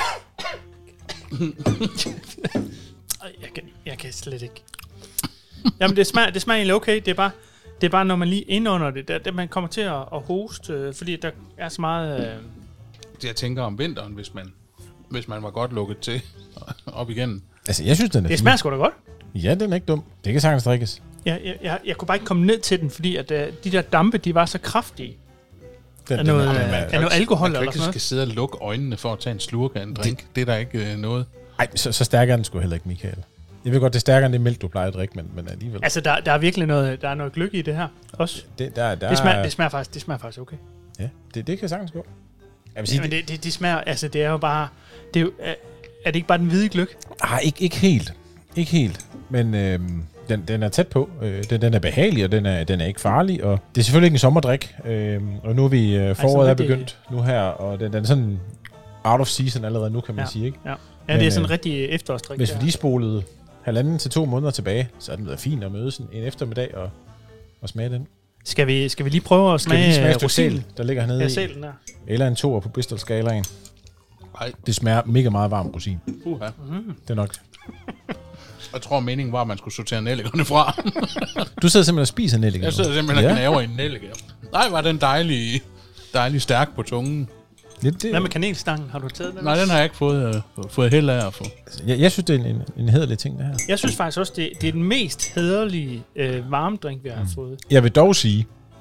Jeg kan slet ikke. Jamen, det smager egentlig okay. Det er bare, når man lige indunder det, man kommer til at hoste, fordi der er så meget... Jeg tænker om vinteren, hvis man var godt lukket til op igen. Altså, jeg synes, den er det smager sgu da godt. Ja, den er ikke dum. Det kan sagtens drikkes. Jeg kunne bare ikke komme ned til den, fordi at de der dampe, de var så kraftige. Af noget alkohol eller sådan noget. Man skal sidde og lukke øjnene for at tage en slurk af en drink. Det er der ikke noget. Nej, så stærkere den sgu heller ikke, Michael. Jeg ved godt, det er stærkere end det mælk, du plejer at drikke, men alligevel. Altså, der er virkelig noget gløgg i det her også. Det smager faktisk okay. Ja, det kan sagtens gå. Jeg vil sige, men det smager, altså det er jo bare, det er jo, er det ikke bare den hvide gløgg? Ikke helt. Ikke helt, men den er tæt på. Den er behagelig, og den er ikke farlig, og det er selvfølgelig ikke en sommerdrik. Og nu er vi foråret er begyndt nu her, og den er sådan out of season allerede nu, kan man sige, ikke? Ja, det er sådan en rigtig efterårsdrik. Hvis vi lige spolede 1,5 til 2 måneder tilbage, så er den været fint at møde sådan en eftermiddag og smage den. Skal vi lige prøve at smage rosinen, der ligger hernede i? Sælen der. Eller en 2'er på Bristol-skalaen. Det smager mega meget varm rosin. Det er nok. Jeg tror, meningen var, at man skulle sortere nellikerne fra. Du sidder simpelthen og spiser nelliker. Jeg sidder simpelthen og gnaver i en nellike. Nej, var den dejlig stærk på tungen. Hvad med kanelstangen? Har du taget den? Nej, den har jeg ikke fået held af at få. Jeg synes, det er en hæderlig ting, det her. Jeg synes faktisk også, det er den mest hæderlige varmedrink, vi har fået. Jeg vil dog sige,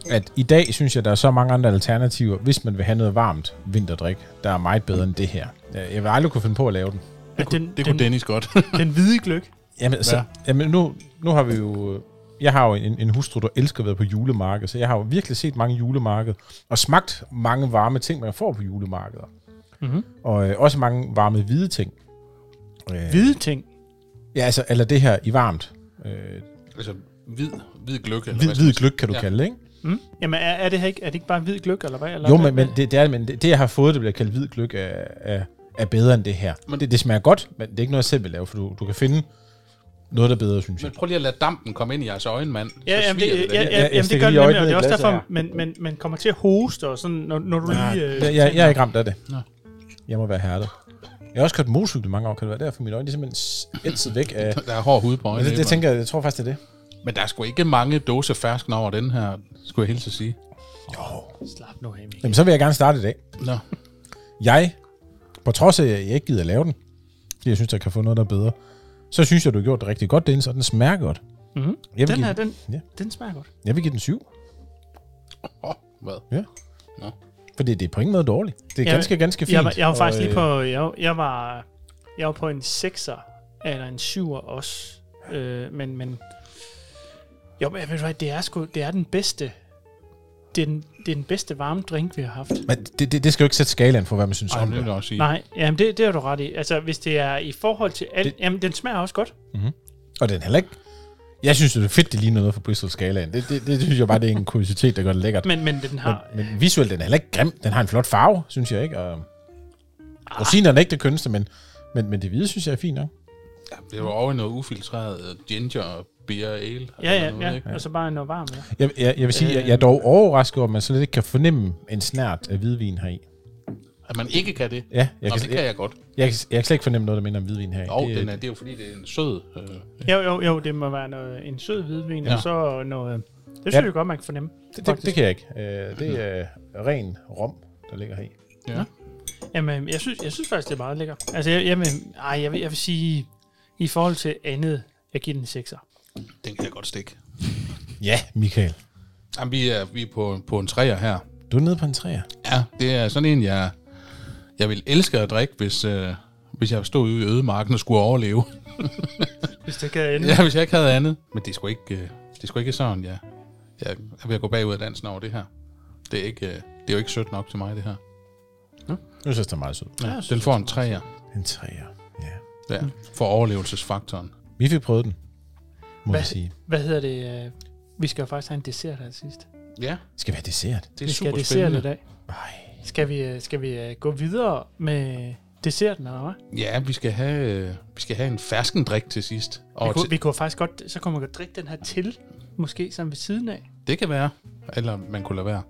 at i dag synes jeg, der er så mange andre alternativer, hvis man vil have noget varmt vinterdrik, der er meget bedre end det her. Jeg vil aldrig kunne finde på at lave den. Det kunne Dennis godt. Den hvide gløgg. Jamen nu har vi jo... Jeg har jo en hustru, der elsker at være på julemarked, så jeg har jo virkelig set mange julemarkeder, og smagt mange varme ting, man får på julemarkeder. Mm-hmm. Og også mange varme hvide ting. Hvide ting? Ja, altså, eller det her i varmt. Altså hvid gløgg. Hvid gløgg, kan du kalde det, ikke? Mm. Jamen, er det ikke bare hvid gløgg, eller hvad? Eller jo, hvad? men det, jeg har fået, det bliver kaldt hvid gløgg, er bedre end det her. Men det smager godt, men det er ikke noget, jeg selv vil lave, for du kan finde noget, der er bedre, synes jeg. Men prøv lige at lade dampen komme ind i jeres øjne, mand. Ja, det gør det nemlig, og det er også derfor, man kommer til at hoste, og sådan, når du lige... Jeg er ikke ramt af det. Nå. Jeg må være hærdet. Jeg har også kørt motorcykel i mange år, kan det være derfor mine øjne er simpelthen ætset væk af... Der er hård hud på øjnene. Det tænker jeg tror faktisk, det er det. Men der er sgu ikke mange dåse fersken over den her, skulle jeg hilse at sige. Jo. Slap nu af, Michael. Jamen, så vil jeg gerne starte i dag. Nå. Jeg, på trods af, at jeg ikke gider at lave den, fordi jeg synes, jeg kan få noget, der er bedre, så synes jeg, du har gjort det rigtig godt, Dennis, og den smager godt. Mm-hmm. Den smager godt. Jeg vil give den 7. Hvad? Ja. Nå. Fordi det er på ingen måde dårligt. Det er ganske fint. Jeg var faktisk lige på... Jeg var på en 6'er, eller en 7'er også. Men jo, men ved du hvad, det er den bedste... Det er den bedste varme drink, vi har haft. Men det skal jo ikke sætte skalaen for, hvad man synes om det. Også sige. Nej, jamen det har du ret i. Altså, hvis det er i forhold til alt... Jamen, den smager også godt. Mm-hmm. Og den heller ikke... Jeg synes, det er fedt, det ligner noget fra Bristol-skalaen. Det synes jeg bare, det er en kuriositet, der gør det lækkert. Men den har... Men visuelt, den er heller ikke grim. Den har en flot farve, synes jeg ikke. Og rosinerne er ikke det kønneste, men det hvide, synes jeg er fint nok. Ja, det var over noget ufiltreret ginger og beer ale. Ja, og så bare noget varmt. Ja. Jeg vil sige, jeg er dog overrasket over, at man slet ikke kan fornemme en snert af hvidvin heri. At man ikke kan det? Ja. Det kan jeg godt. Jeg kan slet ikke fornemme noget, der minder om hvidvin heri. Det er jo fordi, det er en sød... Jo, det må være en sød hvidvin, og så noget... Det synes jeg godt, man kan fornemme. Det kan jeg ikke. Det er ren rom, der ligger heri. Ja. Jamen, jeg synes faktisk, det er meget lækkert. Altså, jeg vil sige, i forhold til andet, jeg giver den 6'er. Den kan jeg godt stikke. Ja, Michael. Jamen, vi er på en 3'er her. Du er nede på en 3'er? Ja, det er sådan en, jeg vil elske at drikke, hvis jeg stod ude i ødemarken og skulle overleve. Hvis det ikke havde andet? Ja, hvis jeg ikke havde andet. Men det er sgu ikke sådan, jeg er ved at gå bagud af dansen over det her. Det er jo ikke sødt nok til mig, det her. Jeg synes, det er meget sødt. Ja, den får en 3'er. En 3'er, ja. Ja, for overlevelsesfaktoren. Vi fik prøvet den, må jeg sige. Hvad hedder det? Vi skal jo faktisk have en dessert her sidst. Ja. Skal vi have dessert? Det er super spændende. I dag. Skal vi gå videre med desserten, eller hvad? Ja, vi skal have en ferskendrik til sidst. Vi kunne faktisk godt, så kunne man godt drikke den her til, måske sådan ved siden af. Det kan være, eller man kunne lade være.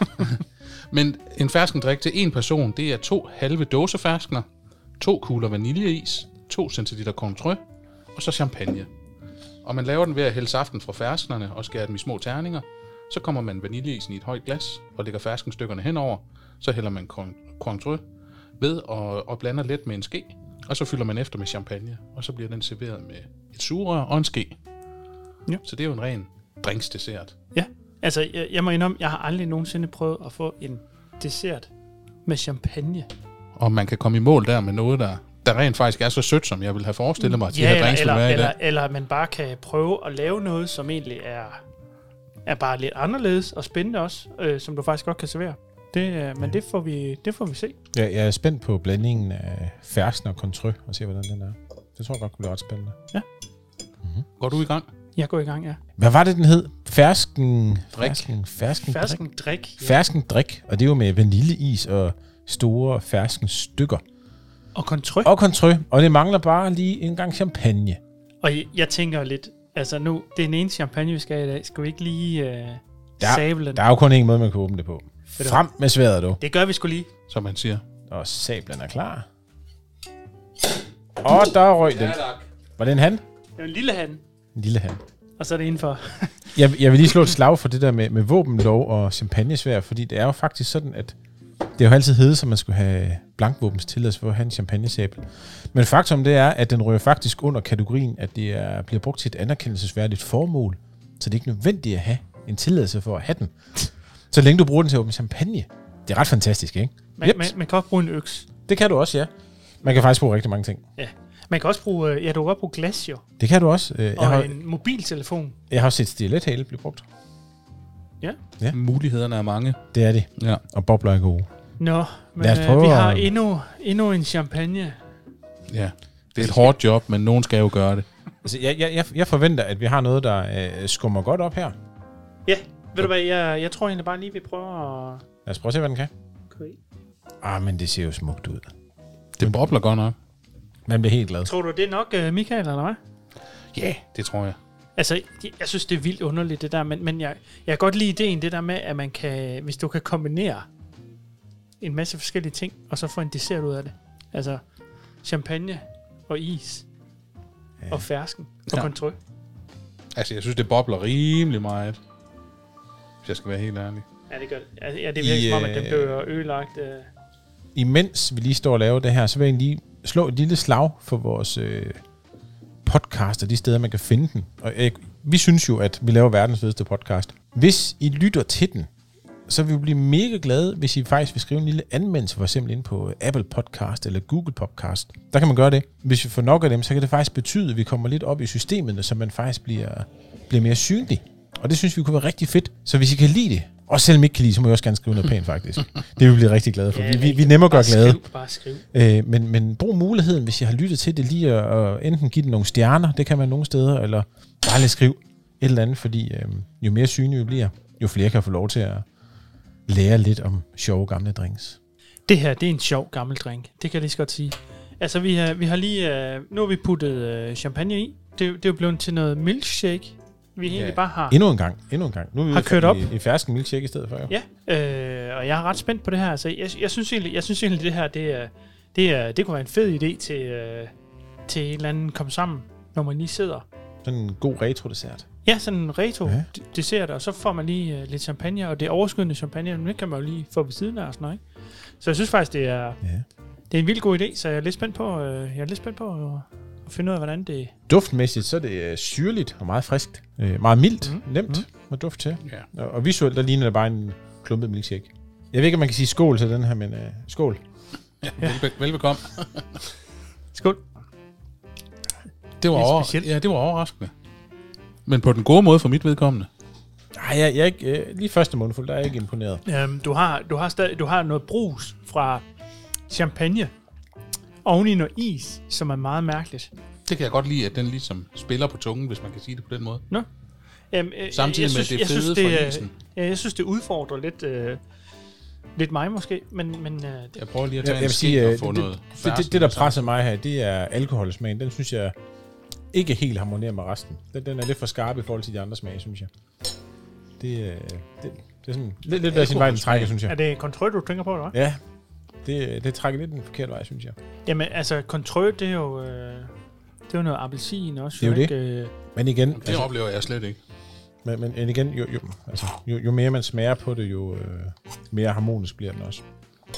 Men en ferskendrik til en person, det er 2 halve dåseferskner, 2 kugler vaniljeis, 2 centiliter Cointreau, og så champagne. Og man laver den ved at hælde saften fra fersknerne og skære dem i små terninger. Så kommer man vaniljeisen i et højt glas og lægger ferskenstykkerne henover. Så hælder man Cointreau ved og blander let med en ske. Og så fylder man efter med champagne, og så bliver den serveret med et sugerør og en ske. Ja. Så det er jo en ren drinksdessert. Ja, altså jeg må indrømme, jeg har aldrig nogensinde prøvet at få en dessert med champagne. Og man kan komme i mål der med noget, der rent faktisk er så sødt, som jeg ville have forestillet mig, at de her drinks ville være i dag. Eller man bare kan prøve at lave noget, som egentlig er bare lidt anderledes og spændende også, som du faktisk godt kan servere. Men det får vi se. Ja, jeg er spændt på blandingen af fersken og Cointreau og se, hvordan den er. Det tror jeg godt kunne blive ret spændende. Ja. Mm-hmm. Går du i gang? Jeg går i gang, ja. Hvad var det, den hed? Ferskendrik. Ja. Ferskendrik, og det er jo med vaniljeis og store ferskenstykker. Og Cointreau. Og det mangler bare lige en gang champagne. Og jeg tænker lidt, altså nu, det er den ene champagne, vi skal have i dag. Skal vi ikke lige sable den? Der er jo kun en måde, man kan åbne det på. Frem med sværet, du. Det gør vi sgu lige. Som man siger. Og sablen er klar. Og der røg den. Var det en han? Det var en lille han. En lille han. Og så er det indenfor. jeg vil lige slå et slag for det der med våbenlov og champagnesvær, fordi det er jo faktisk sådan, at det er jo altid heddet, at man skulle have blankvåbens tilladelse for at have en champagnesabel. Men faktum det er, at den rører faktisk under kategorien, at det bliver brugt til et anerkendelsesværdigt formål, så det er ikke nødvendigt at have en tilladelse for at have den. Så længe du bruger den til at åbne champagne. Det er ret fantastisk, ikke? Man kan også bruge en øks. Det kan du også, ja. Man kan faktisk bruge rigtig mange ting. Ja. Man kan også bruge, du kan godt bruge glas, jo. Det kan du også. Og en mobiltelefon. Jeg har også set stilethæle blive brugt. Ja. Mulighederne er mange. Det er de. Ja. Og bobler er gode. Nå, men vi har endnu en champagne. Ja. Det er et hårdt job, men nogen skal jo gøre det. Altså, jeg forventer, at vi har noget, der skummer godt op her. Ja, ved du hvad, jeg tror egentlig bare lige, vi prøver at... Lad os prøve at se, hvad den kan. Okay. Men det ser jo smukt ud. Det bobler godt nok. Man bliver helt glad. Tror du, det er nok, Michael, eller hvad? Ja, det tror jeg. Altså, jeg synes, det er vildt underligt, det der, men jeg kan godt lide ideen, det der med, at man kan, hvis du kan kombinere en masse forskellige ting, og så få en dessert ud af det. Altså, champagne og is, og fersken, og kontrø. Altså, jeg synes, det bobler rimelig meget. Hvis jeg skal være helt ærlig. Ja, det gør det. Ja, det virker som om, at den bliver ødelagt. Imens vi lige står og laver det her, så vil jeg lige slå et lille slag for vores podcast og de steder, man kan finde den. Og vi synes jo, at vi laver verdens fedeste podcast. Hvis I lytter til den, så vil vi blive mega glade, hvis I faktisk vil skrive en lille anmeldelse, for eksempel ind på Apple Podcast eller Google Podcast. Der kan man gøre det. Hvis vi får nok af dem, så kan det faktisk betyde, at vi kommer lidt op i systemet, så man faktisk bliver mere synlig. Og det synes vi kunne være rigtig fedt. Så hvis I kan lide det, og selvom I ikke kan lide, så må I også gerne skrive noget pænt, faktisk. Det vil vi blive rigtig glade for. Ja, vi er nemme at gøre glade. Bare skriv. Men brug muligheden, hvis I har lyttet til det, lige at enten give den nogle stjerner, det kan man nogle steder, eller bare lige skrive et eller andet, fordi jo mere synlige vi bliver, jo flere kan få lov til at lære lidt om sjove gamle drinks. Det her, det er en sjov gammel drink. Det kan jeg lige så godt sige. Altså, vi har lige... nu har vi puttet champagne i. Det er jo blevet til noget milkshake. Vi egentlig bare har... Endnu en gang. Nu er vi har kørt op i fersken milkshake i stedet for. Jo. Ja, og jeg er ret spændt på det her. Altså, jeg synes egentlig, det her, det kunne være en fed idé til en eller anden komme sammen, når man lige sidder. Sådan en god retro-dessert. Ja, sådan en retro-dessert, og så får man lige lidt champagne, og det er overskydende champagne, men det kan man jo lige få ved siden af og sådan noget, ikke? Så jeg synes faktisk, det er en vildt god idé, så jeg er lidt spændt på, at finde ud af, hvordan det... Duftmæssigt, så er det syrligt og meget friskt. Meget mildt, nemt at dufte til. Ja. Og visuelt, der ligner det bare en klumpet milkshake. Jeg ved ikke, om man kan sige skål til den her, men skål. Ja. Velbekomme. Skål. Det var overraskende. Men på den gode måde for mit vedkommende. Nej, jeg er ikke... lige første mundfuld, der er jeg ikke imponeret. Du har noget brus fra champagne oven i noget is, som er meget mærkeligt. Det kan jeg godt lide, at den ligesom spiller på tungen, hvis man kan sige det på den måde. Nå. Samtidig med det fede fra isen. Jeg synes, det udfordrer lidt mig måske, men jeg prøver lige at tage en ske og få noget det, der presser mig her, det er alkoholsmagen. Den synes jeg ikke helt harmonerer med resten. Den er lidt for skarp i forhold til de andre smage, synes jeg. Det er sådan lidt af sin vej, den trækker, synes jeg. Er det Control, du tænker på, eller hvad? Ja, det trækker lidt den forkerte vej, synes jeg. Jamen, altså, Control, det er jo noget appelsin også. Det er jo det. Men igen... Det oplever jeg slet ikke. Men igen, jo mere man smager på det, jo mere harmonisk bliver den også.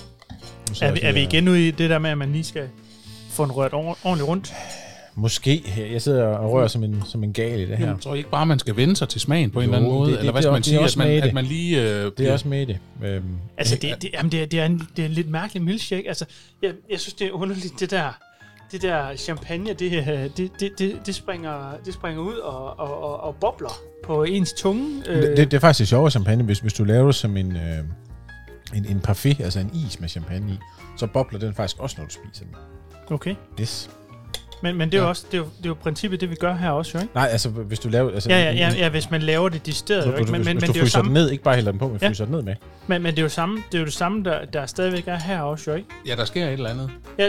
Er vi igen ude i det der med, at man lige skal få den rørt ordentligt rundt? Måske. Jeg sidder og rører som en gal i det her. Jeg tror ikke bare, man skal vende sig til smagen på en eller anden måde? Eller hvad skal man sige? At man lige... det er også med det. Altså, det er en lidt mærkelig milkshake. Altså, jeg synes, det er underligt, det der champagne, det springer ud og bobler på ens tunge. Det er faktisk det sjove champagne, hvis du laver det som en parfait, altså en is med champagne i, så bobler den faktisk også, når du spiser den. Okay. Yes. Men det er jo også det er jo princippet det vi gør her også, jo, ikke? Nej, altså hvis du laver ja, hvis man laver det distilleret, jo ikke? Men hvis du fryser den ned, ikke bare hælder den på, men fryser den ned med. Men det er jo det samme der stadigvæk er her også, jo, ikke? Ja, der sker et eller andet. Ja,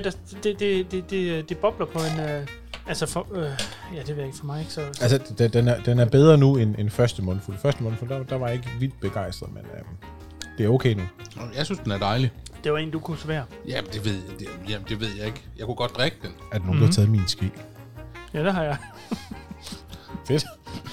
det bobler på en ja, det ved jeg ikke for mig, ikke så. Altså den er bedre nu end første mundfuld. Første mundfuld der var jeg ikke vildt begejstret, men det er okay nu. Jeg synes den er dejlig. Det var en, du kunne servere. Jamen, det ved jeg ikke. Jeg kunne godt drikke den. Er det nogen, der har taget min ske? Ja, det har jeg. Fedt.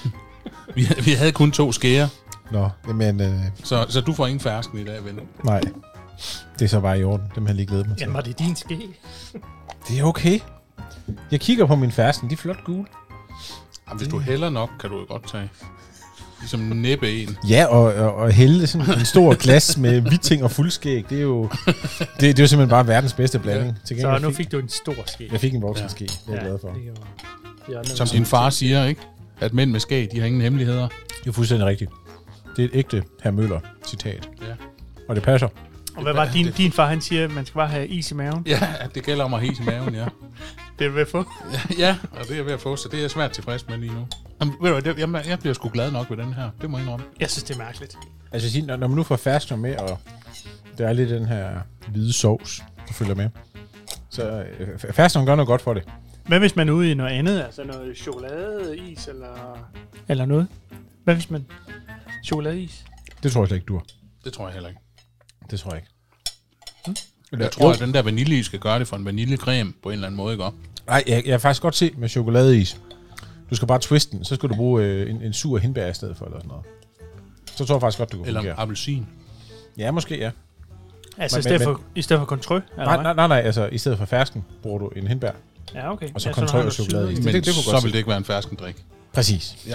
vi havde kun 2 skeer. Nå, men... Så du får ingen fersken i dag, ven? Nej. Det er så bare i orden. Dem har jeg lige glædet mig til. Jamen, var det din ske? Det er okay. Jeg kigger på min fersken. De er flot gule. Jamen, hvis du hælder nok, kan du jo godt tage. ligesom næppe en. Ja, og hælde sådan en stor glas med hvidting og fuldskæg, det er jo simpelthen bare verdens bedste blanding. Så nu fik du en stor ske. Jeg fik en voksen ske, det er jeg glad for. Som din far siger, ikke? At mænd med skæg, de har ingen hemmeligheder. Det er fuldstændig rigtigt. Det er et ægte Hr. Møller-citat. Ja. Og det passer. Og hvad var din far, han siger, at man skal bare have is i maven? Ja, at det gælder om at have is i maven, ja. Det er ved at få. Ja, og det er jeg ved at få, så det er jeg svært tilfreds med lige nu. Jamen, ved du, jeg bliver sgu glad nok ved den her. Det må jeg indrømme. Jeg synes, det er mærkeligt. Altså, når man nu får ferskner med, og der er lidt den her hvide sovs, der følger med, så ferskner gør noget godt for det. Hvad hvis man er ude i noget andet? Altså noget chokoladeis eller noget? Hvad hvis man... Chokoladeis? Det tror jeg slet ikke, du har. Det tror jeg heller ikke. Det tror jeg ikke. Jeg tror, at den der vaniljeis skal gøre det for en vaniljecreme på en eller anden måde, ikke? Nej, jeg kan faktisk godt se med chokoladeis. Du skal bare twiste den, så skal du bruge en sur hindbær i stedet for, eller sådan noget. Så tror jeg faktisk godt, du kan fungere. Eller appelsin. Ja, måske, ja. Altså i stedet for kontrø? Nej, altså i stedet for fersken bruger du en hindbær. Ja, okay. Og så kontrø og chokoladeis. Men det så vil det ikke være en ferskendrik. Præcis. Ja.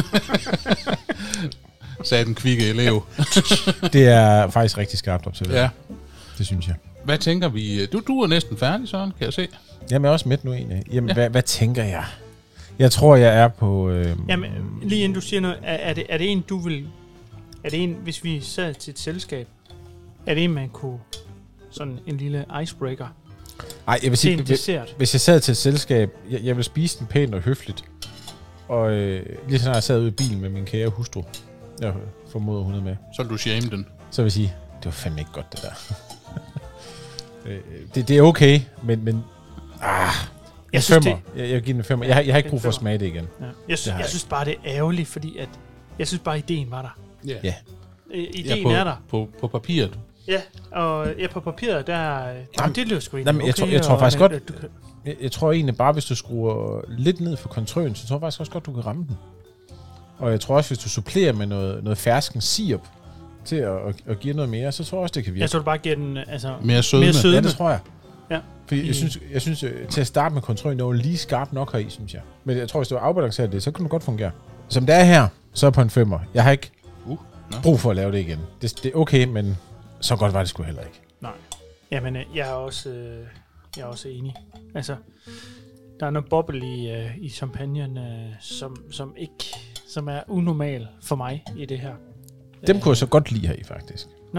Sagde den kvikke elev. Det er faktisk rigtig skarpt observeret. Ja. Det synes jeg. Hvad tænker vi? Du er næsten færdig, Søren, kan jeg se. Jamen, jeg er også midt nu egentlig. Jamen, hvad tænker jeg? Jeg tror, jeg er på... Jamen, lige inden du siger noget, er det en, du vil... Er det en, hvis vi sad til et selskab, er det en, man kunne... Sådan en lille icebreaker? Nej, jeg vil sige, hvis jeg sad til et selskab, jeg vil spise den pænt og høfligt. Og lige så når jeg sad ude i bilen med min kære hustru, jeg formoder, hun er med. Så vil du shame den. Så vil jeg sige, det var fandme ikke godt, det der. det er okay, men jeg giver den en 5. Jeg har ikke brug for at smage det igen. Ja. Jeg synes bare, det er ærgerligt, fordi at jeg synes bare, ideen var der. Ja. Ideen er der. På papiret. Ja, og på papiret, der... det løber sgu ikke. Jeg tror faktisk godt... Jeg tror egentlig bare, hvis du skruer lidt ned for kontrøen, så tror jeg faktisk også godt, du kan ramme den. Og jeg tror også, hvis du supplerer med noget fersken sirup til at give noget mere, så tror jeg også, det kan virke. Jeg tror, du bare giver den mere sødme. Ja, det tror jeg. Ja. Fordi jeg synes til at starte med kontrollen, det var lige skarpt nok heri, synes jeg. Men jeg tror, hvis du afbalancerer det, så kan det godt fungere. Som det er her, så er på en 5'er. Jeg har ikke brug for at lave det igen. Det er okay, men så godt var det sgu heller ikke. Nej. Jamen, jeg er også enig. Altså, der er noget boble i champagnen, som er unormal for mig i det her. Dem kunne jeg så godt lide her i, faktisk. Nå.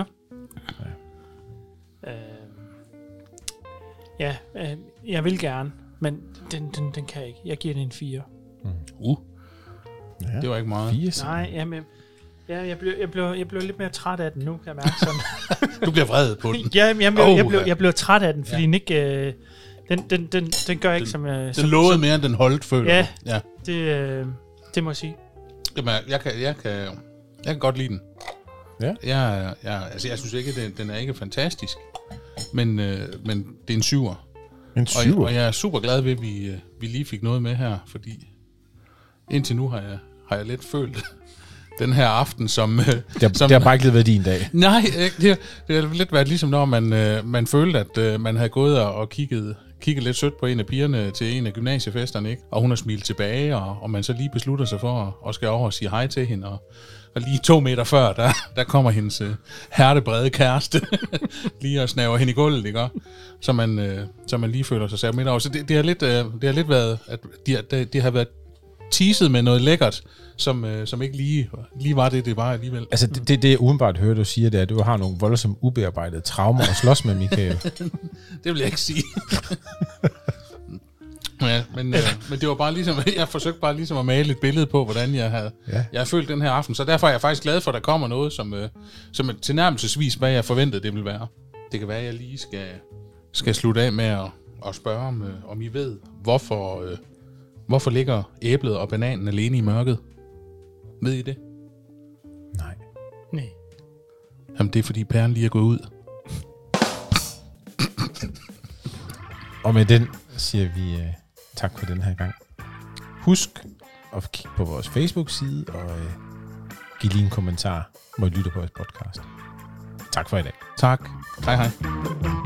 Ja. Jeg vil gerne, men den kan jeg ikke. Jeg giver den en 4. Ja. Det var ikke meget. 4. Nej, jamen... Ja, jeg blev lidt mere træt af den nu, kan jeg mærke sådan. Du bliver vred på den. Jeg blev træt af den, fordi den ikke... Den gør ikke, som jeg... Den lovede mere, end den holdt, føler ja, du. Ja, det må jeg sige. Jamen, jeg kan godt lide den. Ja. Altså, jeg synes ikke, den er ikke fantastisk, men det er en 7'er. En 7'er? Og jeg er super glad ved, at vi lige fik noget med her, fordi indtil nu har jeg lidt følt den her aften som... Det har bare ikke været din dag. Nej, det har lidt været ligesom når man følte, at man havde gået og kigget lidt sødt på en af pigerne til en af gymnasiefesterne, ikke? Og hun har smilet tilbage, og man så lige beslutter sig for at skal over og sige hej til hende, og lige 2 meter før, der kommer hendes hærdebrede kæreste lige og snaver hende i gulvet, ikke? Så man lige føler sig sat midt over. Så det har lidt været, at det har været teaset med noget lækkert, som ikke lige var det var alligevel. Altså det jeg udenbart hører, du siger, det er, at du har nogle voldsomt ubearbejdede traumer at slås med, Michael. Det vil jeg ikke sige. Ja, men det var bare ligesom, jeg forsøgte bare ligesom at male et billede på, hvordan jeg havde følt den her aften. Så derfor er jeg faktisk glad for, at der kommer noget, som tilnærmelsesvis, hvad jeg forventede, det vil være. Det kan være, at jeg lige skal slutte af med at spørge, om I ved, hvorfor ligger æblet og bananen alene i mørket? Ved I det? Nej. Jamen, det er fordi pæren lige er gået ud. Og med den siger vi tak for den her gang. Husk at kigge på vores Facebook-side og give lige en kommentar, hvor I lytter på vores podcast. Tak for i dag. Tak. Hej hej.